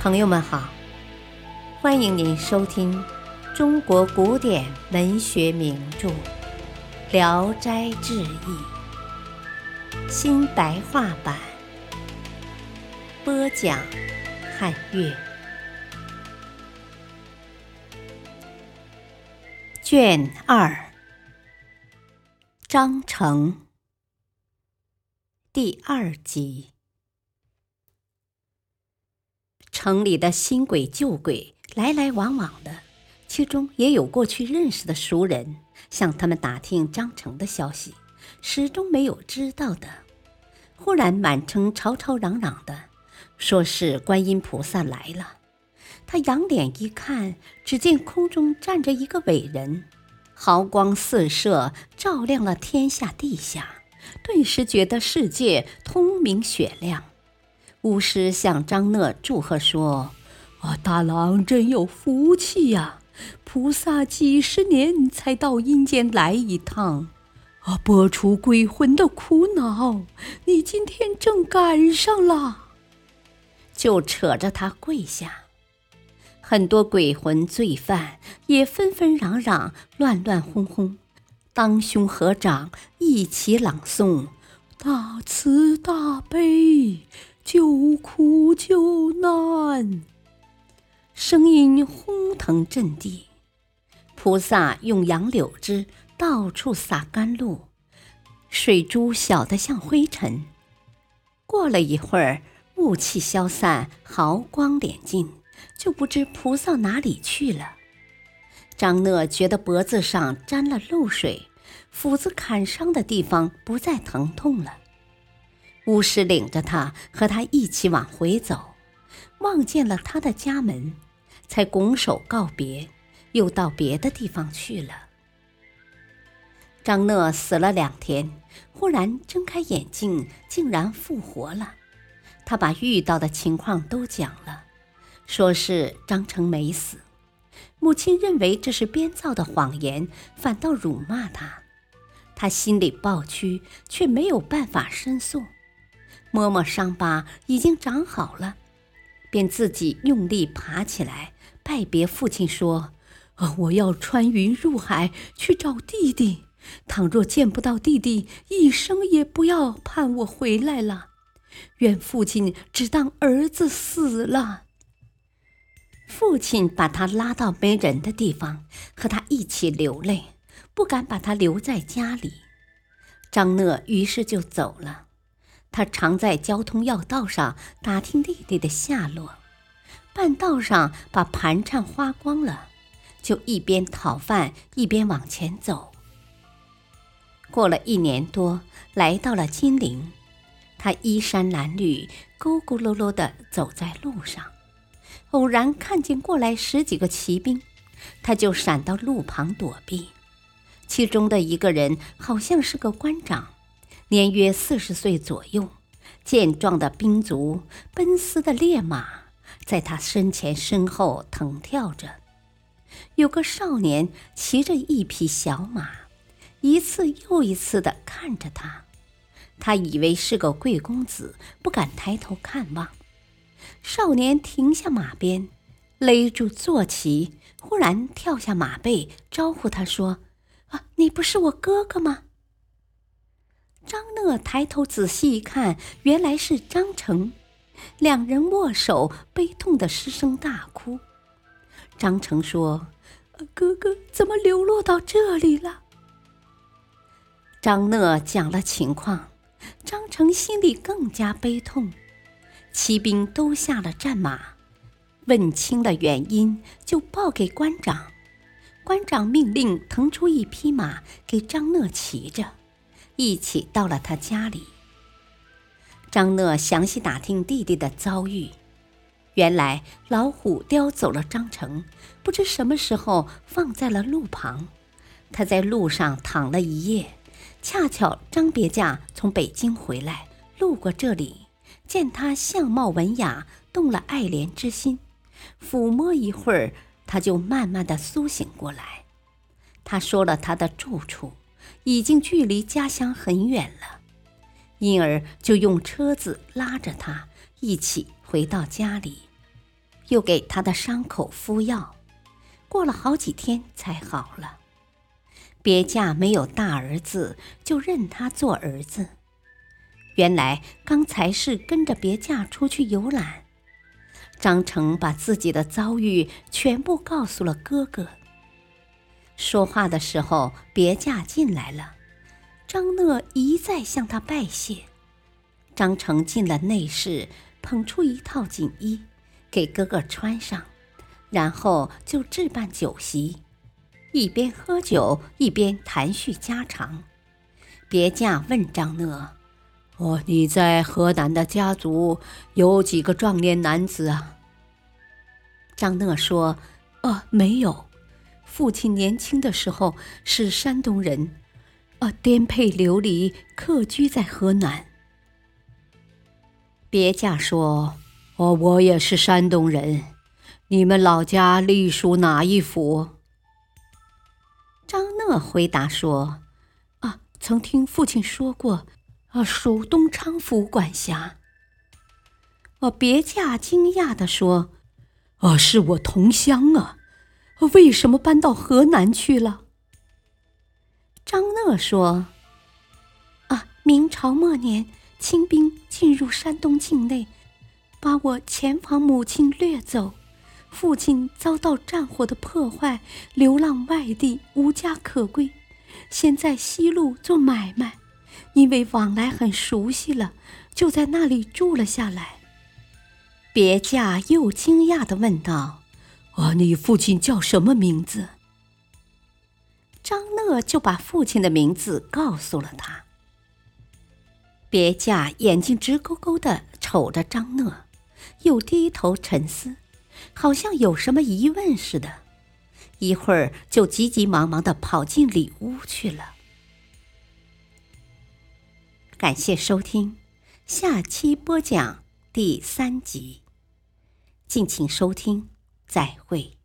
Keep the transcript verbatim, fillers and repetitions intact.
朋友们好，欢迎您收听中国古典文学名著《聊斋志异》新白话版，播讲汉乐。卷二，张成，第二集。城里的新鬼旧鬼来来往往的，其中也有过去认识的熟人，向他们打听张成的消息，始终没有知道的。忽然满城吵吵嚷嚷的，说是观音菩萨来了。他仰脸一看，只见空中站着一个伟人，毫光四射，照亮了天下地下，顿时觉得世界通明雪亮。巫师向张讷祝贺说：“啊，大郎真有福气呀！菩萨几十年才到阴间来一趟，啊，拨除鬼魂的苦恼，你今天正赶上了。”就扯着他跪下。很多鬼魂罪犯也纷纷嚷嚷，乱乱哄哄，当胸合掌，一起朗诵：“大慈大悲，救苦救难。”声音轰腾震地。菩萨用杨柳枝到处洒甘露，水珠小得像灰尘。过了一会儿，雾气消散，毫光敛尽，就不知菩萨哪里去了。张讷觉得脖子上沾了露水，斧子砍伤的地方不再疼痛了。巫师领着他和他一起往回走，望见了他的家门，才拱手告别，又到别的地方去了。张讷死了两天，忽然睁开眼睛，竟然复活了。他把遇到的情况都讲了，说是张成没死。母亲认为这是编造的谎言，反倒辱骂他。他心里抱屈，却没有办法申诉。摸摸伤疤已经长好了，便自己用力爬起来，拜别父亲说：“啊，我要穿云入海去找弟弟，倘若见不到弟弟，一生也不要盼我回来了。愿父亲只当儿子死了。”父亲把他拉到没人的地方，和他一起流泪，不敢把他留在家里。张讷于是就走了。他常在交通要道上打听弟弟的下落，半道上把盘缠花光了，就一边讨饭一边往前走。过了一年多，来到了金陵，他衣衫褴褛，佝佝偻偻地走在路上，偶然看见过来十几个骑兵，他就闪到路旁躲避。其中的一个人好像是个官长，年约四十岁左右，健壮的兵卒，奔嘶的烈马，在他身前身后腾跳着。有个少年骑着一匹小马，一次又一次地看着他。他以为是个贵公子，不敢抬头看望。少年停下马鞭，勒住坐骑，忽然跳下马背，招呼他说：“啊，你不是我哥哥吗？”张讷抬头仔细一看，原来是张成。两人握手，悲痛地失声大哭。张成说：“哥哥怎么流落到这里了？”张讷讲了情况，张成心里更加悲痛。骑兵都下了战马，问清了原因，就报给官长。官长命令腾出一匹马给张讷骑着，一起到了他家里。张讷详细打听弟弟的遭遇，原来老虎叼走了张成，不知什么时候放在了路旁。他在路上躺了一夜，恰巧张别驾从北京回来，路过这里，见他相貌文雅，动了爱怜之心，抚摸一会儿，他就慢慢地苏醒过来。他说了他的住处，已经距离家乡很远了，因而就用车子拉着他一起回到家里。 又给他的伤口敷药，过了好几天才好了。别驾没有大儿子，就认他做儿子。原来刚才是跟着别驾出去游览。张成把自己的遭遇全部告诉了哥哥。说话的时候，别驾进来了，张讷一再向他拜谢。张成进了内室，捧出一套锦衣给哥哥穿上，然后就置办酒席，一边喝酒一边谈叙家常。别驾问张讷：“哦，你在河南的家族有几个壮年男子啊？”张讷说：“哦，没有。父亲年轻的时候是山东人，啊，颠沛流离，客居在河南。”别驾说：“哦，我也是山东人，你们老家隶属哪一府？”张讷回答说：“啊，曾听父亲说过，啊，属东昌府管辖。”哦，别驾惊讶地说：“啊，是我同乡啊，为什么搬到河南去了？”张讷说：“啊，明朝末年，清兵进入山东境内，把我前房母亲掠走，父亲遭到战火的破坏，流浪外地，无家可归，先在西路做买卖，因为往来很熟悉了，就在那里住了下来。”别驾又惊讶地问道：“啊，你父亲叫什么名字？”张讷就把父亲的名字告诉了他。别驾眼睛直勾勾地瞅着张讷，又低头沉思，好像有什么疑问似的，一会儿就急急忙忙地跑进里屋去了。感谢收听，下期播讲第三集，敬请收听，再会。